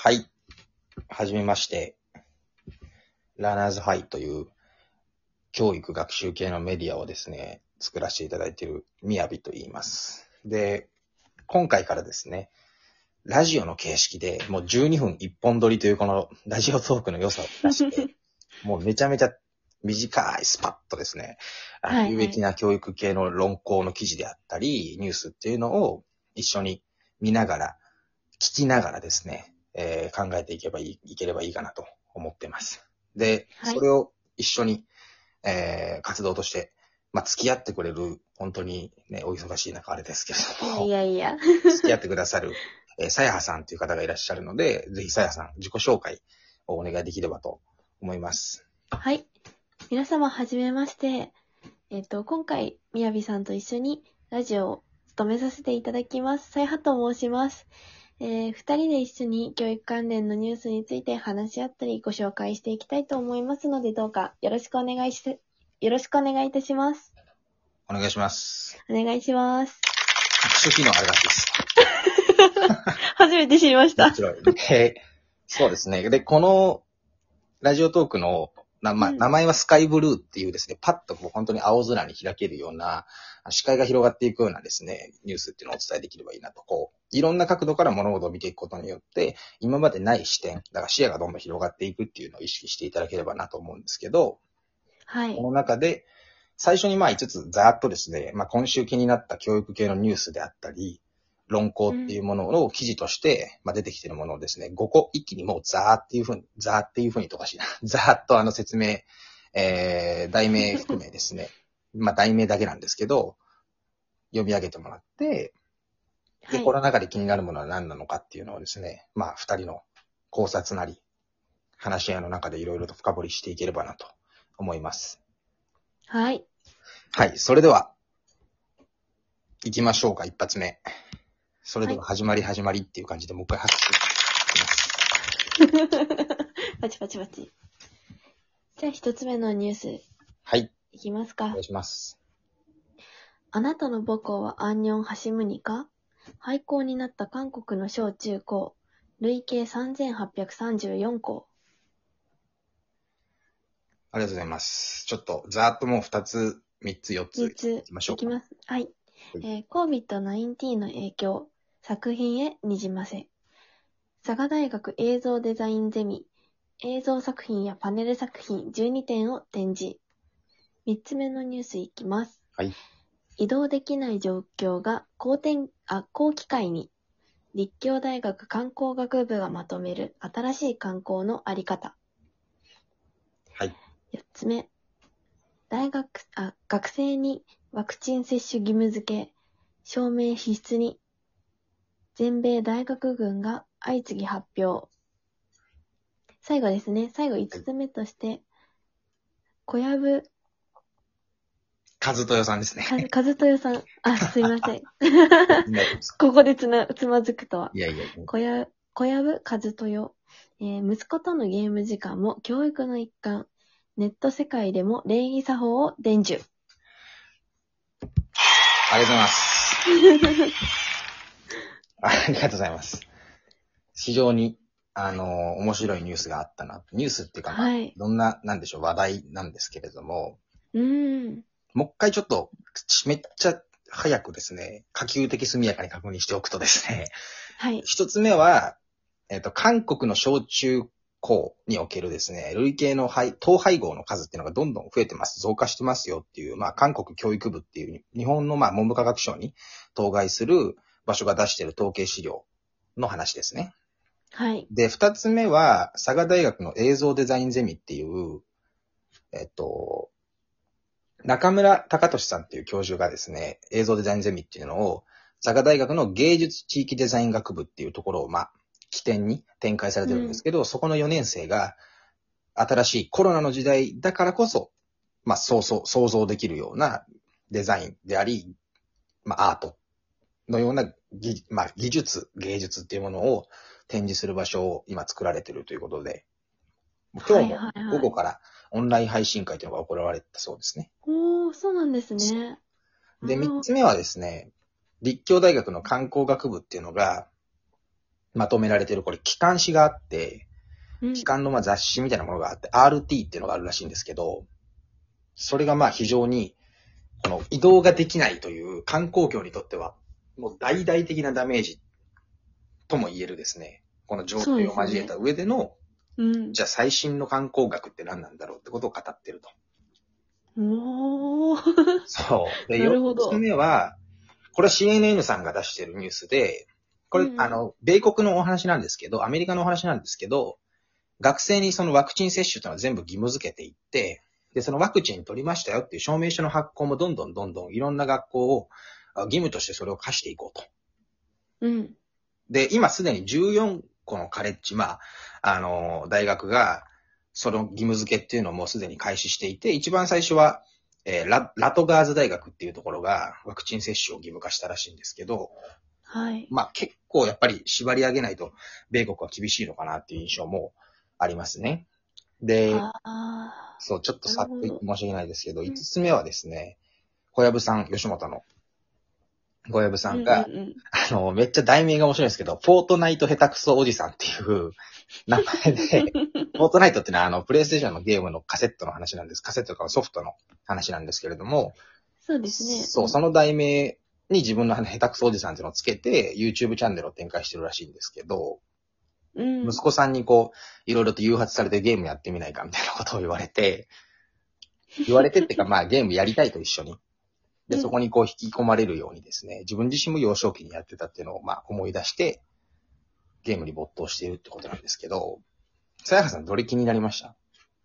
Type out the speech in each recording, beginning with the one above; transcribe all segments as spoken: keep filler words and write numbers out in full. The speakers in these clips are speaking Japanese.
はい。はじめまして。ラーナーズハイという教育学習系のメディアをですね、作らせていただいているみやびと言います。で、今回からですね、ラジオの形式でもうじゅうにふん一本撮りというこのラジオトークの良さを出して、もうめちゃめちゃ短いスパッとですね、あの有益な教育系の論考の記事であったり、ニュースっていうのを一緒に見ながら、聞きながらですね、えー考えていけばいい、いければいいかなと思ってます。で、 はい、 それを一緒に、えー活動として、まあ、付き合ってくれる、本当にね、お忙しい中あれですけれども、 いやいやいや。 付き合ってくださる、えー、さやはさんという方がいらっしゃるので、ぜひさやさん、自己紹介をお願いできればと思います。 はい。皆様、はじめまして。えっと、今回、みやびさんと一緒にラジオを務めさせていただきます。さやはと申します。えー、二人で一緒に教育関連のニュースについて話し合ったりご紹介していきたいと思いますので、どうかよろしくお願いし、よろしくお願いいたします。 お願いします。 お願いします。 初期のあれが好きです。 初めて知りました。 面白い。で、そうですね。で、このラジオトークのなまあ、 うん名前はスカイブルーっていうですね、パッとこう本当に青空に開けるような、視界が広がっていくようなですね、ニュースっていうのをお伝えできればいいなと、こう、いろんな角度から物事を見ていくことによって、今までない視点、だから視野がどんどん広がっていくっていうのを意識していただければなと思うんですけど、 はい。 この中で、最初にまあいつつざーっとですね、まあ今週気になった教育系のニュースであったり、論考っていうものを記事として、まあ、出てきているものをですね、ごこ一気にもうザーっていうふうに、ザーっていうふうにとかしいな、ザーっとあの説明、えー、題名含めですね、まあ題名だけなんですけど、読み上げてもらって、で、 はい。 この中で気になるものは何なのかっていうのをですね、まあ二人の考察なり、話し合いの中でいろいろと深掘りしていければなと思います。 はい。 はい、それでは、行きましょうか、一発目。それでははい。 始まり始まりっていう感じでもう一回拍手いきます。 パチパチパチ。じゃあ一つ目のニュースはい。 いきますか。 お願いします。 あなたの母校はアンニョンハシムニか？廃校になった韓国の小中高、累計さんぜんはっぴゃくさんじゅうよんこう。 ありがとうございます。ちょっと、ざーっともう二つ、三つ、四つ、 みっついきましょか。 いうきます。はい。えー、コービッドナインティーン の影響、作品へにじませ。佐賀大学映像デザインゼミ、映像作品やパネル作品じゅうにてんを展示。みっつめのニュースいきます。 はい。 移動できない状況が後天、あ、後機会に。立教大学観光学部がまとめる新しい観光のあり方。 はい。 よっつめ。大学、あ、学生にワクチン接種義務付け、証明必須に。全米大学群が相次ぎ発表。最後ですね。最後いつつめとして、小籔和豊さんですね。 か、和豊さん。あ、すいません。 ねここでつな、つまずくとは。 いやいや、 小籔、小籔和豊。えー息子とのゲーム時間も教育の一環。ネット世界でも礼儀作法を伝授。 ありがとうございます。ありがとうございます。非常に、あのー面白いニュースがあったな。ニュースっていうか、まあ、 はい。 いろんな、なんでしょう、話題なんですけれども、 うーん。 もう一回ちょっと、めっちゃ早くですね、可及的速やかに確認しておくとですね、 はい。 一つ目は、えっと、韓国の小中高におけるですね、累計の配統配合の数っていうのがどんどん増えてます、増加してますよっていう、まあ、韓国教育部っていう、日本のまあ文部科学省に当該する場所が出している統計資料の話ですね。 はい。 で、二つ目は、佐賀大学の映像デザインゼミっていう、えっと、中村隆俊さんっていう教授がですね、映像デザインゼミっていうのを、佐賀大学の芸術地域デザイン学部っていうところを、まあ、起点に展開されてるんですけど、うん、そこのよねん生が、新しいコロナの時代だからこそ、まあ、想像、想像できるようなデザインであり、まあ、アートのような技、まあ、技術、芸術っていうものを展示する場所を今作られているということで、今日も午後からオンライン配信会というのが行われたそうですね。 おー、そうなんですね。 で、三つ目はですね、立教大学の観光学部っていうのが、 まとめられてる、これ、機関誌があって、 うん機関のまあ雑誌みたいなものがあって、アールティー っていうのがあるらしいんですけど、それがまあ非常に、この移動ができないという観光業にとっては、もう大々的なダメージとも言えるですね。この状況を交えた上での、 うん。 じゃあ最新の観光学って何なんだろうってことを語ってると。 おー。 そう。で、 なるよっつほど。 目は、これは シーエヌエヌ さんが出してるニュースで、これ、 うんうんあの、米国のお話なんですけど、アメリカのお話なんですけど、学生にそのワクチン接種というのは全部義務付けていって、で、そのワクチン取りましたよっていう証明書の発行もどんどんどんどんいろんな学校をあ義務としてそれを課していこうと。 うん。 で、今すでにじゅうよんこのカレッジ、まあ、あの、大学が、その義務付けっていうのをもうすでに開始していて、一番最初は、えーラ、ラトガーズ大学っていうところがワクチン接種を義務化したらしいんですけど、 はい。 まあ結構やっぱり縛り上げないと、米国は厳しいのかなっていう印象もありますね。で、 ああ。 そう、ちょっとさっと言って申し訳ないですけど、 うん五つ目はですね、小籔さん、吉本の小籔さうんうんんが、 うん。 あの、めっちゃ題名が面白いんですけど、フォートナイト下手くそおじさんっていう名前で、フォートナイトっていうのはあの、プレイステーションのゲームのカセットの話なんです。カセットとかソフトの話なんですけれども、 そうですね。 そう、その題名に自分の下手くそおじさんっていうのをつけて、YouTube チャンネルを展開してるらしいんですけど、 うん。 息子さんにこう、いろいろと誘発されてゲームやってみないかみたいなことを言われて、言われてっていうかまあゲームやりたいと一緒に。で、 うんそこにこう引き込まれるようにですね、自分自身も幼少期にやってたっていうのをまあ思い出して、ゲームに没頭しているってことなんですけど、さやかさんどれ気になりました？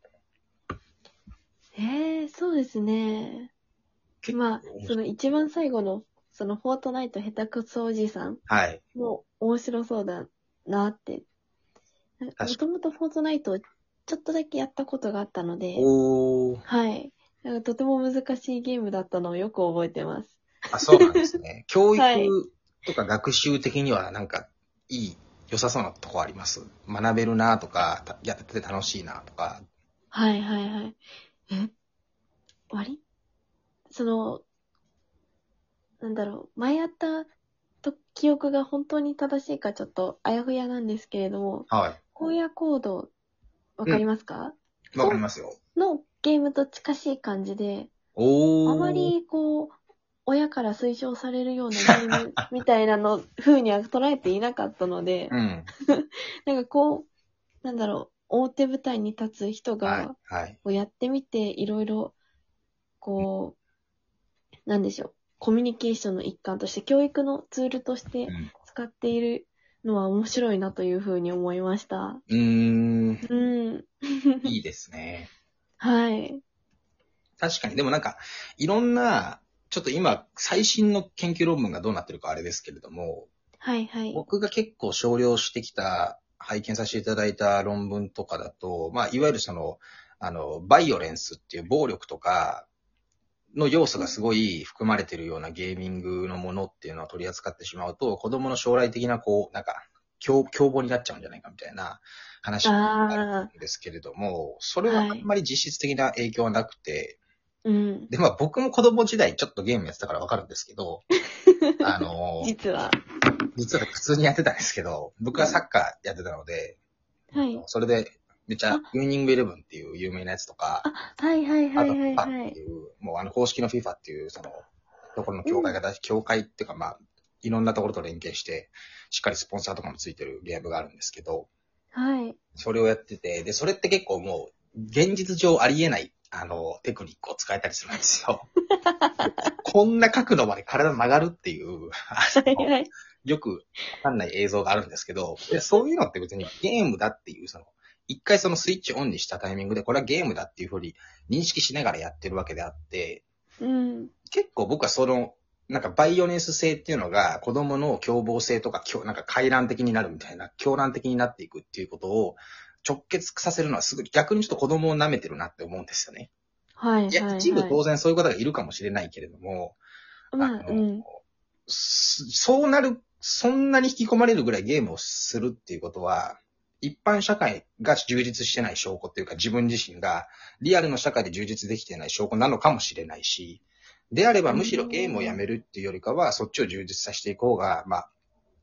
ええ、そうですね。まあ、その一番最後の、そのフォートナイト下手くそおじさんはい。 も面白そうだなって。も確かともとフォートナイトをちょっとだけやったことがあったので、 おー。 はい。なんかとても難しいゲームだったのをよく覚えてます。 あ、そうなんですね。教育はい。 とか学習的にはなんかいい、良さそうなとこあります？学べるなとか、たやってて楽しいなとか。 はいはいはい。え割その、なんだろう、前やったと記憶が本当に正しいかちょっとあやふやなんですけれども、 はい。 荒野行動、わかりうん。 ますか？ わかりますよ。 のゲームと近しい感じで、あまおー。 りこう、親から推奨されるようなゲームみたいなの風には捉えていなかったので、 うん。 なんかこう、なんだろう、表舞台に立つ人はい。 が、 はい。 こうやってみていろいろ、こう、なんでしょう、コミュニケーションの一環として、教育のツールとしてうん。 使っているのは面白いなというふうに思いました。 うーん。 うん。 いいですね。 はい。 確かに。でもなんか、いろんな、ちょっと今、最新の研究論文がどうなってるかあれですけれども、 はいはい。 僕が結構少量してきた、拝見させていただいた論文とかだと、まあ、いわゆるその、あの、バイオレンスっていう暴力とかの要素がすごい含まれているようなゲーミングのものっていうのを取り扱ってしまうと、子供の将来的なこう、なんか、凶、凶暴になっちゃうんじゃないかみたいな話がああるんですけれども、そあ、 れはあんはい。 まり実質的な影響はなくて、 うん。 で、まあ僕も子供時代ちょっとゲームやってたからわかるんですけど、あの、 実は。 実は普通にやってたんですけど、僕はサッカーやってたので、 はい。 それでめっちゃあ、 ウィニングイレブンっていう有名なやつとか、 あ、はいはいはあといはい FIFA はい。 っていう、もうあの公式の FIFA っていうその、ところの協会うん。 が出し、協会っていうかまあ、いろんなところと連携して、しっかりスポンサーとかもついてるゲームがあるんですけど、 はい。 それをやってて、で、それって結構もう、現実上ありえない、あの、テクニックを使えたりするんですよ。こんな角度まで体曲がるっていう、あのはいはい。 よくわかんない映像があるんですけど、でそういうのって別にゲームだっていう、その、一回そのスイッチオンにしたタイミングで、これはゲームだっていうふうに認識しながらやってるわけであって、 うん。 結構僕はその、なんかバイオネス性っていうのが子供の凶暴性とか、きょなんか回覧的になるみたいな、狂乱的になっていくっていうことを直結させるのはすごい逆にちょっと子供を舐めてるなって思うんですよね。いや、 はいはい一部当はい。 然そういう方がいるかもしれないけれども、あまあ、うの、 ん。 すそうなる、そんなに引き込まれるぐらいゲームをするっていうことは、一般社会が充実してない証拠っていうか自分自身がリアルの社会で充実できてない証拠なのかもしれないし、であればむしろゲームをやめるっていうよりかはそっちを充実させていこうが、まあ、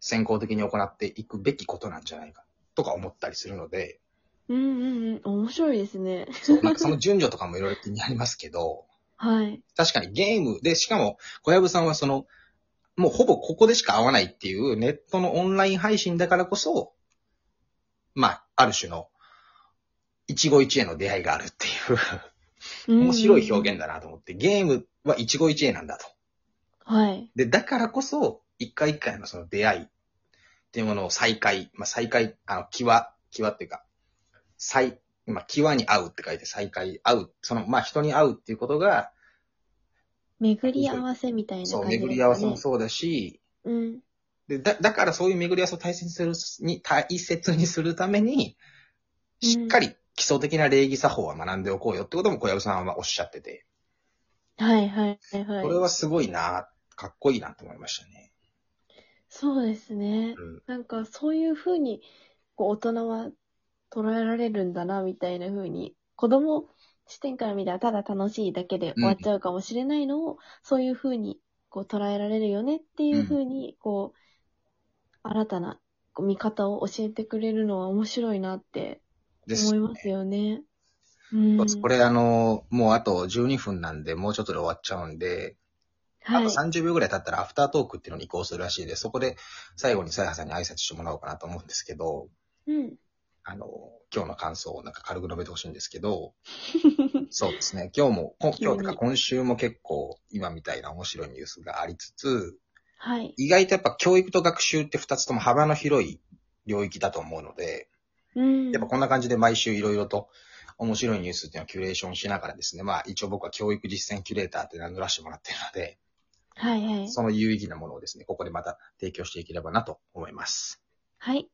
先行的に行っていくべきことなんじゃないかとか思ったりするので、 うんうんうん。面白いですね。 そう、なんかその順序とかもいろいろ気になりますけど、 はい。 確かにゲームで、しかも小籔さんはその、もうほぼここでしか会わないっていうネットのオンライン配信だからこそ、まあ、ある種の一期一会の出会いがあるっていう面白い表現だなと思って、ゲームは一期一会なんだと。 はい。 で、だからこそ、一回一回のその出会いっていうものを再会、まあ再会、あの、際、際っていうか、再、まあ、際に会うって書いて再会、会う、その、まあ人に会うっていうことが、 巡り合わせみたいなそう、 感じ巡り合わですかね。 せもそうだし、 うん。 で、だ、だからそういう巡り合わせを大切にする、に、大切にするために、しっかり基礎的な礼儀作法は学んでおこうよってことも小籔さんはおっしゃってて、 はいはいはこれい。 はすごいな、かっこいいなと思いましたね。 そうですね。 うん。 なんかそういう風に、こう大人は捉えられるんだな、みたいな風に、子供視点から見たらただ楽しいだけで終わっちゃうかもしれないのを、そういう風にこう捉えられるよねっていう風に、こう、新たなこう見方を教えてくれるのは面白いなってですね。 思いますよね。うん。 これあの、もうあとじゅうにふんなんで、もうちょっとで終わっちゃうんで、あとはい。 さんじゅうびょうぐらい経ったらアフタートークっていうのに移行するらしいで、そこで最後にさやはさんに挨拶してもらおうかなと思うんですけど、 うん。 あの、今日の感想をなんか軽く述べてほしいんですけど、そうですね。今日も、こ今日とか今週も結構今みたいな面白いニュースがありつつ、 はい。 意外とやっぱ教育と学習って二つとも幅の広い領域だと思うので、 うん。 やっぱこんな感じで毎週いろいろと面白いニュースっていうのをキュレーションしながらですね、まあ一応僕は教育実践キュレーターって名乗らせてもらっているので、 はいはい。 その有意義なものをですね、ここでまた提供していければなと思います。 はい。